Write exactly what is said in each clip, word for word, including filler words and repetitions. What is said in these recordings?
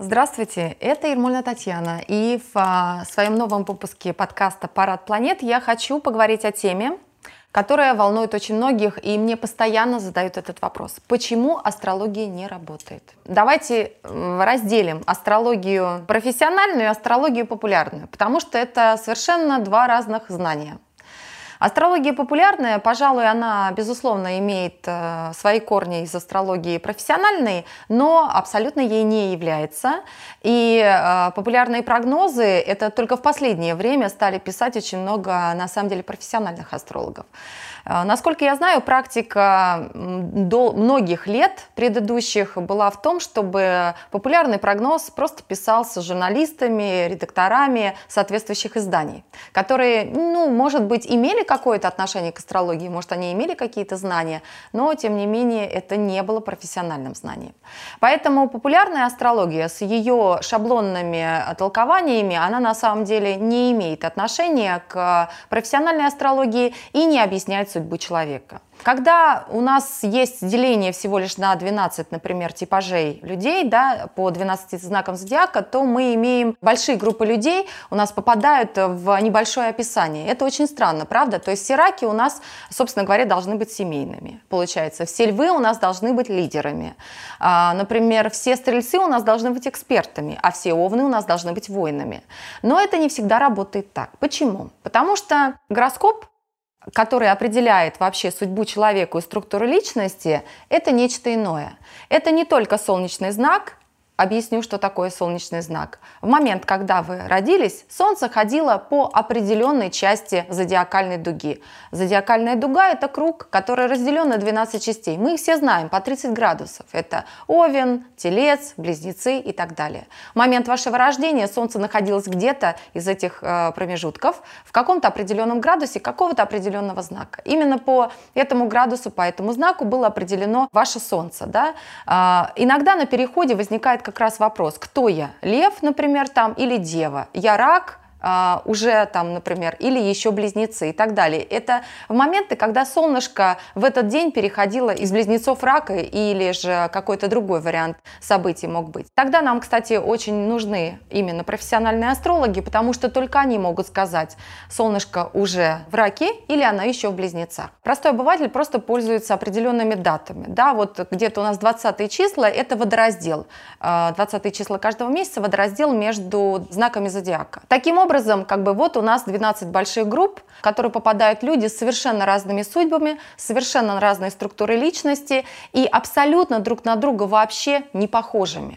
Здравствуйте, это Ермольна Татьяна, и в а, своем новом выпуске подкаста «Парад планет» я хочу поговорить о теме, которая волнует очень многих, и мне постоянно задают этот вопрос. Почему астрология не работает? Давайте разделим астрологию профессиональную и астрологию популярную, потому что это совершенно два разных знания. Астрология популярная, пожалуй, она, безусловно, имеет э, свои корни из астрологии профессиональной, но абсолютно ей не является. И э, популярные прогнозы, это только в последнее время стали писать очень много, на самом деле, профессиональных астрологов. Э, насколько я знаю, практика до многих лет предыдущих была в том, чтобы популярный прогноз просто писался журналистами, редакторами соответствующих изданий, которые, ну, может быть, имели какое-то отношение к астрологии, может, они имели какие-то знания, но, тем не менее, это не было профессиональным знанием. Поэтому популярная астрология с ее шаблонными толкованиями, она на самом деле не имеет отношения к профессиональной астрологии и не объясняет судьбу человека. Когда у нас есть деление всего лишь на двенадцать, например, типажей людей, да, по двенадцати знакам зодиака, то мы имеем большие группы людей, у нас попадают в небольшое описание. Это очень странно, правда? То есть все раки у нас, собственно говоря, должны быть семейными. Получается, все львы у нас должны быть лидерами. Например, все стрельцы у нас должны быть экспертами, а все овны у нас должны быть воинами. Но это не всегда работает так. Почему? Потому что гороскоп, который определяет вообще судьбу человека и структуру личности, это нечто иное. Это не только солнечный знак. Объясню, что такое солнечный знак. В момент, когда вы родились, Солнце ходило по определенной части зодиакальной дуги. Зодиакальная дуга – это круг, который разделен на двенадцать частей. Мы их все знаем, по тридцать градусов. Это Овен, Телец, Близнецы и так далее. В момент вашего рождения Солнце находилось где-то из этих э, промежутков, в каком-то определенном градусе какого-то определенного знака. Именно по этому градусу, по этому знаку было определено ваше Солнце. Да? Э, иногда на переходе возникает как раз вопрос, кто я? Лев, например, там, или Дева? Я рак, а, уже там, например, или еще близнецы и так далее. Это в моменты, когда солнышко в этот день переходило из близнецов рака или же какой-то другой вариант событий мог быть. Тогда нам, кстати, очень нужны именно профессиональные астрологи, потому что только они могут сказать, солнышко уже в раке или она еще в близнецах. Простой обыватель просто пользуется определенными датами. Да, вот где-то у нас двадцатые числа – это водораздел. двадцатые числа каждого месяца – водораздел между знаками зодиака. Таким образом, Образом, как бы вот у нас двенадцать больших групп, в которые попадают люди с совершенно разными судьбами, совершенно разной структурой личности и абсолютно друг на друга вообще не похожими.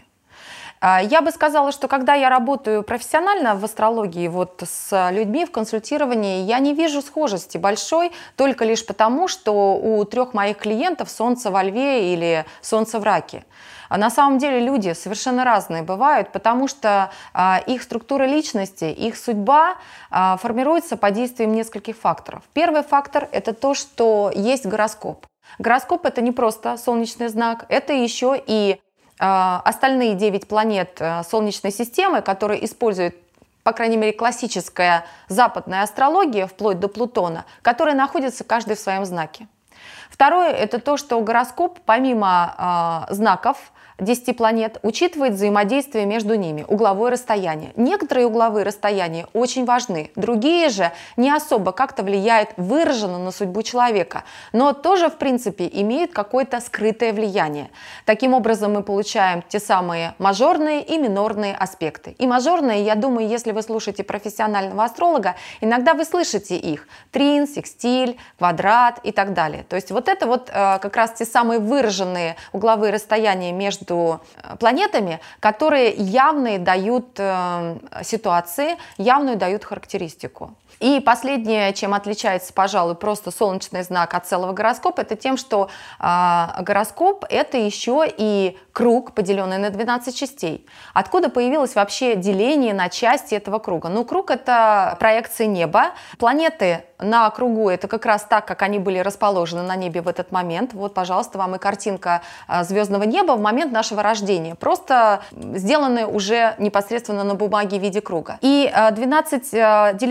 Я бы сказала, что когда я работаю профессионально в астрологии вот с людьми в консультировании, я не вижу схожести большой только лишь потому, что у трех моих клиентов Солнце во Льве или Солнце в Раке. А на самом деле люди совершенно разные бывают, потому что а, их структура личности, их судьба а, формируется под действием нескольких факторов. Первый фактор – это то, что есть гороскоп. Гороскоп – это не просто солнечный знак, это еще и а, остальные девять планет а, Солнечной системы, которые используют, по крайней мере, классическая западная астрология, вплоть до Плутона, которые находятся каждый в своем знаке. Второе – это то, что гороскоп, помимо а, знаков, десяти планет, учитывает взаимодействие между ними, угловое расстояние. Некоторые угловые расстояния очень важны, другие же не особо как-то влияют выраженно на судьбу человека, но тоже, в принципе, имеют какое-то скрытое влияние. Таким образом, мы получаем те самые мажорные и минорные аспекты. И мажорные, я думаю, если вы слушаете профессионального астролога, иногда вы слышите их: трин, секстиль, квадрат и так далее. То есть вот это вот э, как раз те самые выраженные угловые расстояния между планетами, которые явно дают э, ситуации, явную дают характеристику. И последнее, чем отличается, пожалуй, просто солнечный знак от целого гороскопа, это тем, что э, гороскоп – это еще и круг, поделенный на двенадцать частей. Откуда появилось вообще деление на части этого круга? Ну, круг – это проекции неба. Планеты на кругу – это как раз так, как они были расположены на небе в этот момент. Вот, пожалуйста, вам и картинка звездного неба в момент нашего рождения, просто сделаны уже непосредственно на бумаге в виде круга. И двенадцать, деление на двенадцать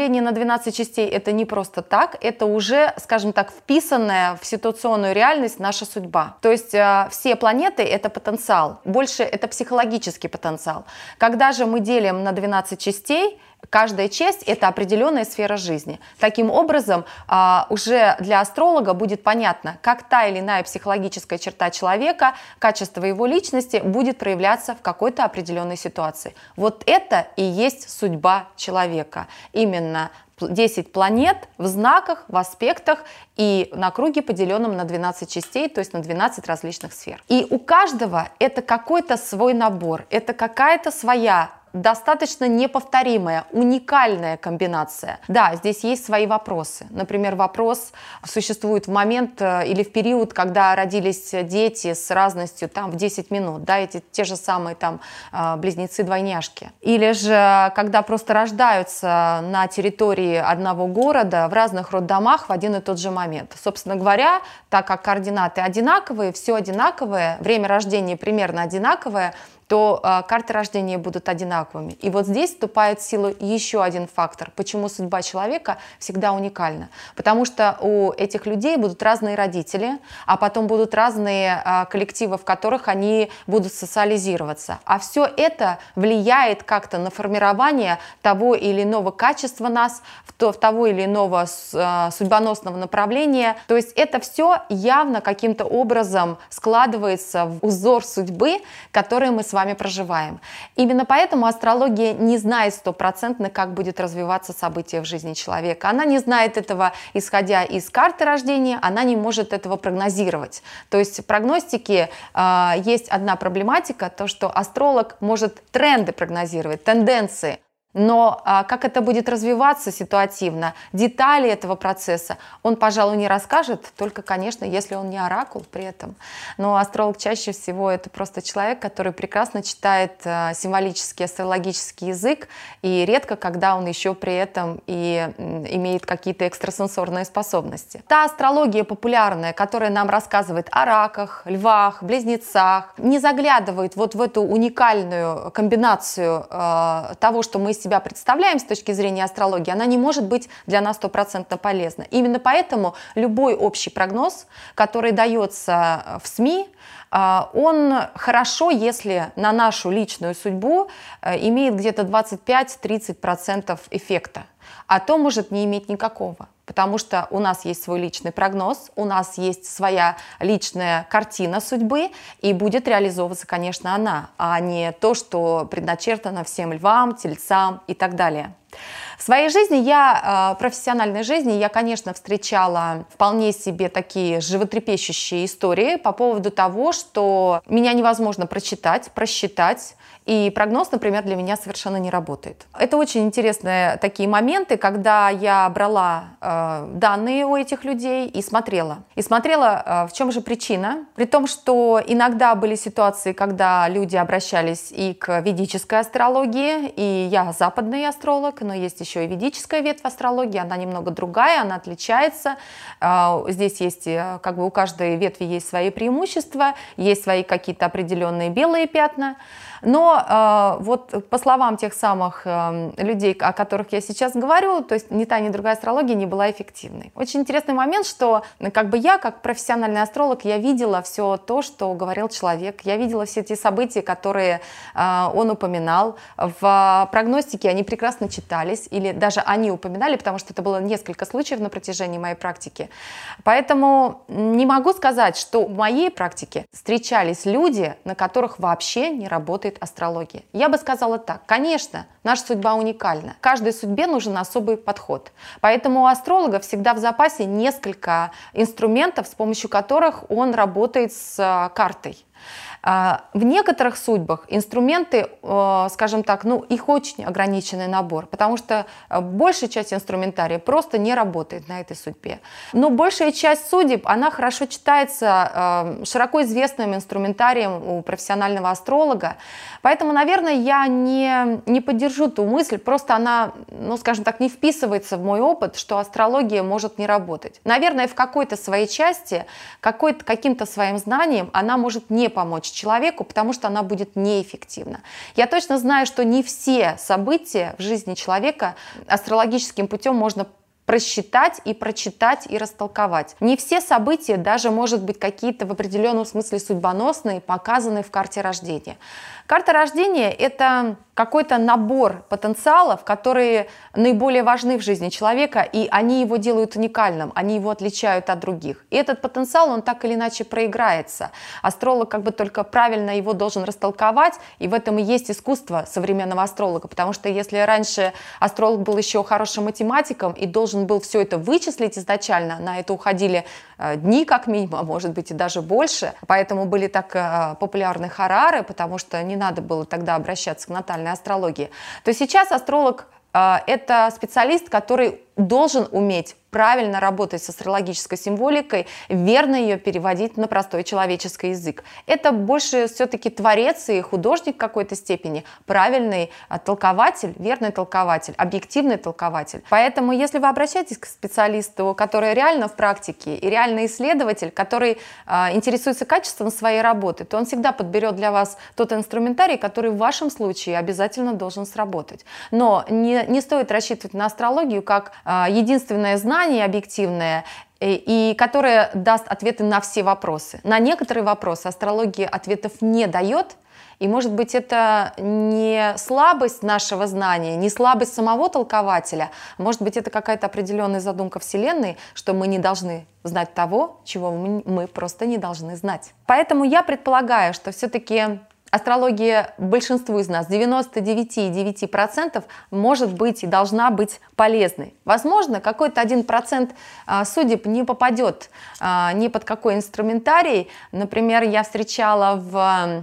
двенадцать частей это не просто так, это уже, скажем так, вписанная в ситуационную реальность наша судьба. То есть э, все планеты — это потенциал, больше это психологический потенциал. Когда же мы делим на двенадцать частей, каждая часть — это определенная сфера жизни. Таким образом, уже для астролога будет понятно, как та или иная психологическая черта человека, качество его личности будет проявляться в какой-то определенной ситуации. Вот это и есть судьба человека. Именно десять планет в знаках, в аспектах и на круге, поделенном на двенадцать частей, то есть на двенадцать различных сфер. И у каждого это какой-то свой набор, это какая-то своя достаточно неповторимая, уникальная комбинация. Да, здесь есть свои вопросы. Например, вопрос существует в момент или в период, когда родились дети с разностью там в десять минут, да, эти те же самые там близнецы-двойняшки. Или же, когда просто рождаются на территории одного города в разных роддомах в один и тот же момент. Собственно говоря, так как координаты одинаковые, все одинаковое, время рождения примерно одинаковое, то э, карты рождения будут одинаковыми. И вот здесь вступает в силу еще один фактор, почему судьба человека всегда уникальна. Потому что у этих людей будут разные родители, а потом будут разные э, коллективы, в которых они будут социализироваться. А все это влияет как-то на формирование того или иного качества нас, в, то, в того или иного э, судьбоносного направления. То есть это все явно каким-то образом складывается в узор судьбы, который мы с вами проживаем. Именно поэтому астрология не знает стопроцентно, как будет развиваться событие в жизни человека. Она не знает этого, исходя из карты рождения, она не может этого прогнозировать. То есть в прогностике э, есть одна проблематика, то что астролог может тренды прогнозировать, тенденции. Но а, как это будет развиваться ситуативно, детали этого процесса он, пожалуй, не расскажет, только, конечно, если он не оракул при этом. Но астролог чаще всего это просто человек, который прекрасно читает а, символический астрологический язык, и редко, когда он еще при этом и м, имеет какие-то экстрасенсорные способности. Та астрология популярная, которая нам рассказывает о раках, львах, близнецах, не заглядывает вот в эту уникальную комбинацию а, того, что мы себя представляем с точки зрения астрологии, она не может быть для нас стопроцентно полезна. Именно поэтому любой общий прогноз, который дается в СМИ, он хорошо, если на нашу личную судьбу имеет где-то двадцать пять-тридцать процентов эффекта, а то может не иметь никакого. Потому что у нас есть свой личный прогноз, у нас есть своя личная картина судьбы, и будет реализовываться, конечно, она, а не то, что предначертано всем львам, тельцам и так далее. В своей жизни, я, в профессиональной жизни, я, конечно, встречала вполне себе такие животрепещущие истории по поводу того, что меня невозможно прочитать, просчитать, и прогноз, например, для меня совершенно не работает. Это очень интересные такие моменты, когда я брала э, данные у этих людей и смотрела. И смотрела, э, в чем же причина. При том, что иногда были ситуации, когда люди обращались и к ведической астрологии, и я западный астролог, но есть еще и ведическая ветвь астрологии, она немного другая, она отличается. Э, здесь есть, э, как бы у каждой ветви есть свои преимущества, есть свои какие-то определенные белые пятна. Но э, вот по словам тех самых э, людей, о которых я сейчас говорю, то есть ни та, ни другая астрология не была эффективной. Очень интересный момент, что как бы я, как профессиональный астролог, я видела все то, что говорил человек, я видела все те события, которые э, он упоминал. В прогностике они прекрасно читались, или даже они упоминали, потому что это было несколько случаев на протяжении моей практики. Поэтому не могу сказать, что в моей практике встречались люди, на которых вообще не работает астрология. Я бы сказала так. Конечно, наша судьба уникальна. Каждой судьбе нужен особый подход. Поэтому у астролога всегда в запасе несколько инструментов, с помощью которых он работает с картой. В некоторых судьбах инструменты, скажем так, ну, их очень ограниченный набор, потому что большая часть инструментария просто не работает на этой судьбе. Но большая часть судеб, она хорошо читается широко известным инструментарием у профессионального астролога. Поэтому, наверное, я не, не поддержу ту мысль, просто она, ну, скажем так, не вписывается в мой опыт, что астрология может не работать. Наверное, в какой-то своей части, какой-то, каким-то своим знанием она может не не помочь человеку, потому что она будет неэффективна. Я точно знаю, что не все события в жизни человека астрологическим путем можно просчитать и прочитать и растолковать. Не все события, даже, может быть, какие-то в определенном смысле судьбоносные, показаны в карте рождения. Карта рождения – это какой-то набор потенциалов, которые наиболее важны в жизни человека, и они его делают уникальным, они его отличают от других. И этот потенциал, он так или иначе проиграется. Астролог как бы только правильно его должен растолковать, и в этом и есть искусство современного астролога, потому что если раньше астролог был еще хорошим математиком и должен был все это вычислить изначально, на это уходили дни как минимум, а может быть и даже больше, поэтому были так популярны хорары, потому что не надо было тогда обращаться к натальной астрологии, то сейчас астролог э, это специалист, который должен уметь правильно работать с астрологической символикой, верно ее переводить на простой человеческий язык. Это больше все-таки творец и художник в какой-то степени, правильный толкователь, верный толкователь, объективный толкователь. Поэтому, если вы обращаетесь к специалисту, который реально в практике и реальный исследователь, который э, интересуется качеством своей работы, то он всегда подберет для вас тот инструментарий, который в вашем случае обязательно должен сработать. Но не, не стоит рассчитывать на астрологию как э, единственное знание, объективное, и, и которое даст ответы на все вопросы. На некоторые вопросы астрология ответов не дает, и, может быть, это не слабость нашего знания, не слабость самого толкователя, может быть, это какая-то определенная задумка Вселенной, что мы не должны знать того, чего мы, мы просто не должны знать. Поэтому я предполагаю, что все-таки астрология большинству из нас, девяносто девять целых девять десятых процента, может быть и должна быть полезной. Возможно, какой-то один процент судеб не попадет ни под какой инструментарий. Например, я встречала в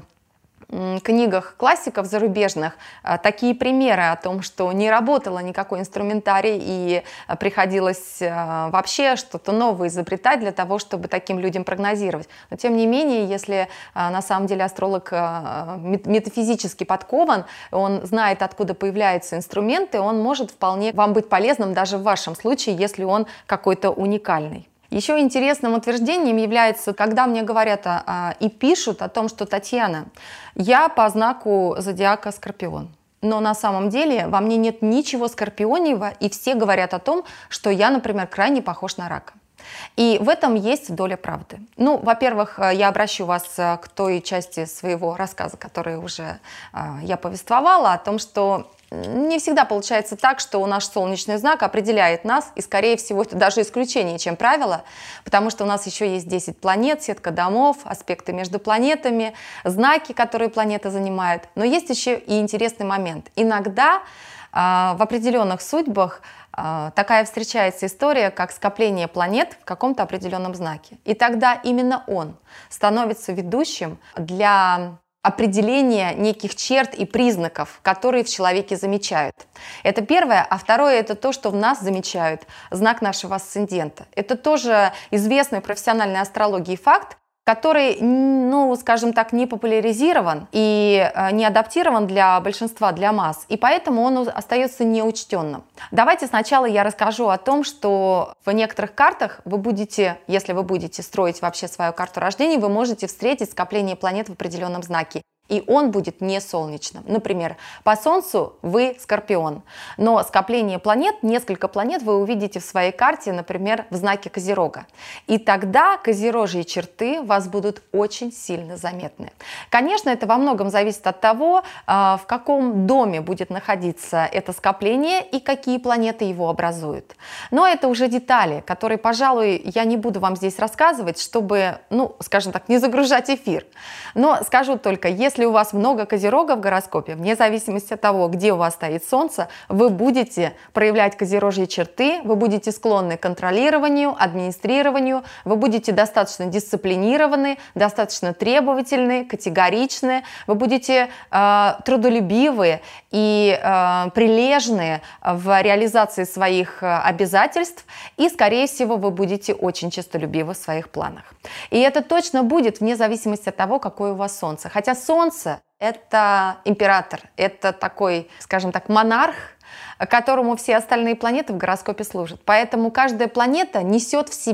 книгах классиков зарубежных такие примеры о том, что не работало никакой инструментарий и приходилось вообще что-то новое изобретать для того, чтобы таким людям прогнозировать. Но тем не менее, если на самом деле астролог метафизически подкован, он знает, откуда появляются инструменты, он может вполне вам быть полезным даже в вашем случае, если он какой-то уникальный. Еще интересным утверждением является, когда мне говорят а, и пишут о том, что Татьяна, я по знаку зодиака Скорпион, но на самом деле во мне нет ничего скорпионьего, и все говорят о том, что я, например, крайне похож на рака. И в этом есть доля правды. Ну, во-первых, я обращу вас к той части своего рассказа, который уже а, я повествовала, о том, что не всегда получается так, что наш солнечный знак определяет нас, и, скорее всего, это даже исключение, чем правило, потому что у нас еще есть десять планет, сетка домов, аспекты между планетами, знаки, которые планета занимает. Но есть еще и интересный момент. Иногда э, в определенных судьбах э, такая встречается история, как скопление планет в каком-то определенном знаке. И тогда именно он становится ведущим для определение неких черт и признаков, которые в человеке замечают. Это первое. А второе – это то, что в нас замечают знак нашего асцендента. Это тоже известный в профессиональной астрологии факт, который, ну, скажем так, не популяризирован и не адаптирован для большинства, для масс, и поэтому он остается неучтенным. Давайте сначала я расскажу о том, что в некоторых картах вы будете, если вы будете строить вообще свою карту рождения, вы можете встретить скопление планет в определенном знаке. И он будет не солнечным. Например, по Солнцу вы Скорпион, но скопление планет, несколько планет вы увидите в своей карте, например, в знаке Козерога. И тогда козерожьи черты у вас будут очень сильно заметны. Конечно, это во многом зависит от того, в каком доме будет находиться это скопление и какие планеты его образуют. Но это уже детали, которые, пожалуй, я не буду вам здесь рассказывать, чтобы, ну, скажем так, не загружать эфир. Но скажу только, если Если у вас много козерога в гороскопе, вне зависимости от того, где у вас стоит Солнце, вы будете проявлять козерожьи черты, вы будете склонны к контролированию, администрированию, вы будете достаточно дисциплинированы, достаточно требовательны, категоричны, вы будете э, трудолюбивы и э, прилежны в реализации своих обязательств, и, скорее всего, вы будете очень честолюбивы в своих планах. И это точно будет вне зависимости от того, какое у вас Солнце. Хотя Солнце Солнце – это император, это такой, скажем так, монарх, которому все остальные планеты в гороскопе служат. Поэтому каждая планета несет в себе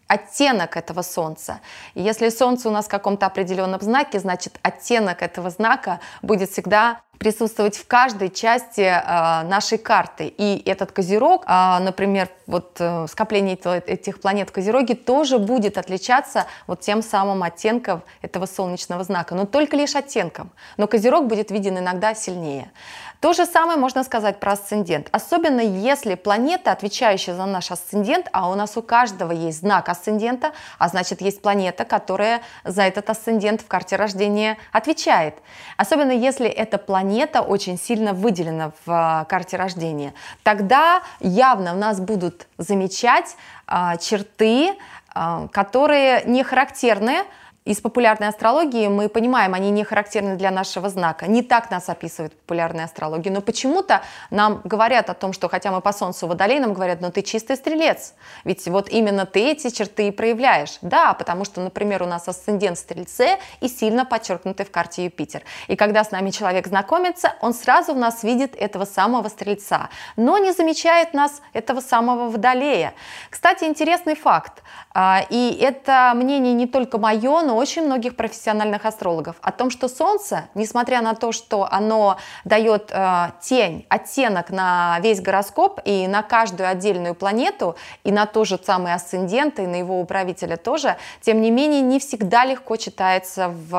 оттенок этого Солнца. И если Солнце у нас в каком-то определенном знаке, значит оттенок этого знака будет всегда присутствовать в каждой части э, нашей карты. И этот Козерог, э, например, вот э, скопление этих планет в Козероге тоже будет отличаться вот тем самым оттенком этого солнечного знака, но только лишь оттенком. Но Козерог будет виден иногда сильнее. То же самое можно сказать про асцендент. Особенно если планета, отвечающая за наш асцендент, а у нас у каждого есть знак асцендента, а значит есть планета, которая за этот асцендент в карте рождения отвечает. Особенно если эта планета очень сильно выделена в карте рождения, тогда явно в нас будут замечать а, черты, а, которые не характерны. Из популярной астрологии мы понимаем, они не характерны для нашего знака. Не так нас описывает популярная астрология. Но почему-то нам говорят о том, что хотя мы по Солнцу Водолей, нам говорят, но ты чистый стрелец. Ведь вот именно ты эти черты и проявляешь. Да, потому что, например, у нас асцендент в Стрельце и сильно подчеркнутый в карте Юпитер. И когда с нами человек знакомится, он сразу в нас видит этого самого Стрельца, но не замечает нас этого самого Водолея. Кстати, интересный факт. И это мнение не только мое, но очень многих профессиональных астрологов о том, что Солнце, несмотря на то, что оно дает э, тень, оттенок на весь гороскоп и на каждую отдельную планету, и на то же самое асцендент, и на его управителя тоже, тем не менее не всегда легко читается в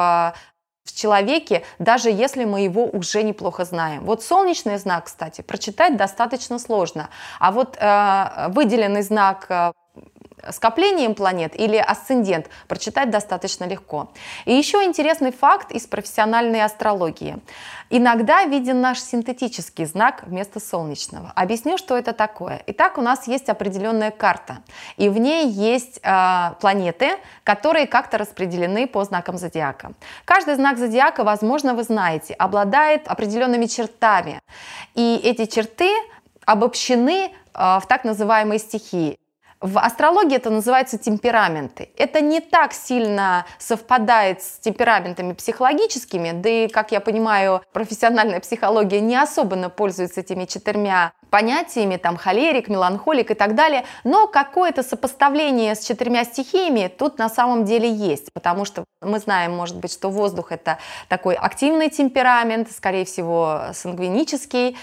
в человеке, даже если мы его уже неплохо знаем. Вот солнечный знак, кстати, прочитать достаточно сложно, а вот э, выделенный знак э, скоплением планет или асцендент прочитать достаточно легко. И еще интересный факт из профессиональной астрологии. Иногда виден наш синтетический знак вместо солнечного. Объясню, что это такое. Итак, у нас есть определенная карта, и в ней есть э, планеты, которые как-то распределены по знакам зодиака. Каждый знак зодиака, возможно, вы знаете, обладает определенными чертами, и эти черты обобщены э, в так называемые стихии. В астрологии это называется темпераменты. Это не так сильно совпадает с темпераментами психологическими, да и, как я понимаю, профессиональная психология не особенно пользуется этими четырьмя понятиями, там холерик, меланхолик и так далее, но какое-то сопоставление с четырьмя стихиями тут на самом деле есть, потому что мы знаем, может быть, что воздух — это такой активный темперамент, скорее всего, сангвинический.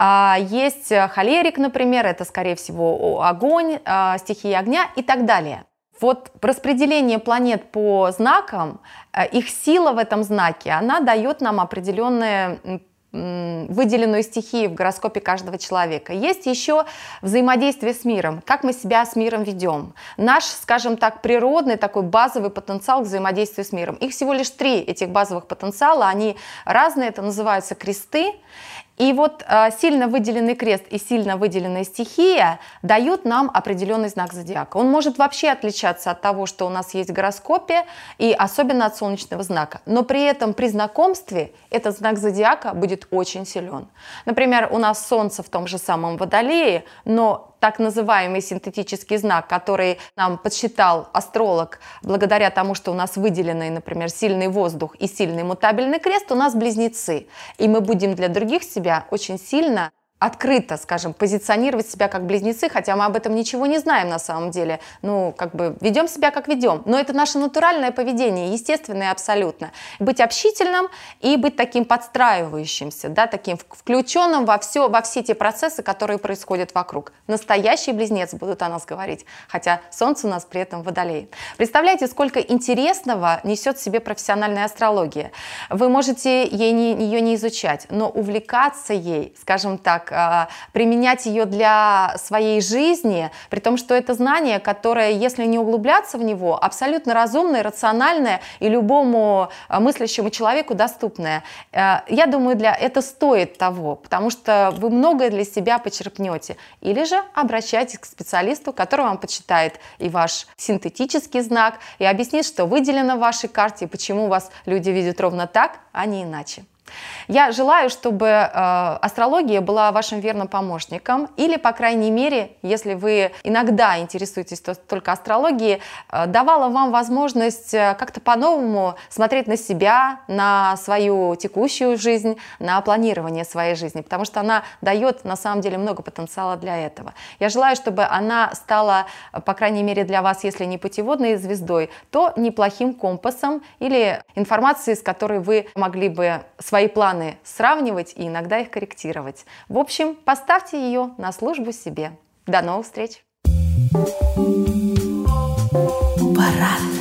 Есть холерик, например, это, скорее всего, огонь, стихия огня и так далее. Вот распределение планет по знакам, их сила в этом знаке, она дает нам определенные выделенную стихию в гороскопе каждого человека. Есть еще взаимодействие с миром, как мы себя с миром ведем. Наш, скажем так, природный такой базовый потенциал к взаимодействию с миром. Их всего лишь три, этих базовых потенциала, они разные, это называются кресты. И вот э, сильно выделенный крест и сильно выделенная стихия дают нам определенный знак зодиака. Он может вообще отличаться от того, что у нас есть в гороскопе, и особенно от солнечного знака. Но при этом при знакомстве этот знак зодиака будет очень силен. Например, у нас Солнце в том же самом Водолее, но так называемый синтетический знак, который нам подсчитал астролог, благодаря тому, что у нас выделенный, например, сильный воздух и сильный мутабельный крест, у нас близнецы. И мы будем для других себя очень сильно открыто, скажем, позиционировать себя как близнецы, хотя мы об этом ничего не знаем на самом деле. Ну, как бы ведем себя как ведем. Но это наше натуральное поведение, естественное абсолютно. Быть общительным и быть таким подстраивающимся, да, таким включенным во все, во все те процессы, которые происходят вокруг. Настоящий близнец, будут о нас говорить, хотя Солнце у нас при этом Водолей. Представляете, сколько интересного несет в себе профессиональная астрология. Вы можете ей не, ее не изучать, но увлекаться ей, скажем так, применять ее для своей жизни, при том, что это знание, которое, если не углубляться в него, абсолютно разумное, рациональное и любому мыслящему человеку доступное. Я думаю, для это стоит того, потому что вы многое для себя почерпнете. Или же обращайтесь к специалисту, который вам почитает и ваш синтетический знак, и объяснит, что выделено в вашей карте, и почему вас люди видят ровно так, а не иначе. Я желаю, чтобы э, астрология была вашим верным помощником, или, по крайней мере, если вы иногда интересуетесь то, только астрологией, э, давала вам возможность э, как-то по-новому смотреть на себя, на свою текущую жизнь, на планирование своей жизни, потому что она дает на самом деле много потенциала для этого. Я желаю, чтобы она стала, по крайней мере для вас, если не путеводной звездой, то неплохим компасом или информацией, с которой вы могли бы свои планы сравнивать и иногда их корректировать. В общем, поставьте ее на службу себе. До новых встреч! Пора.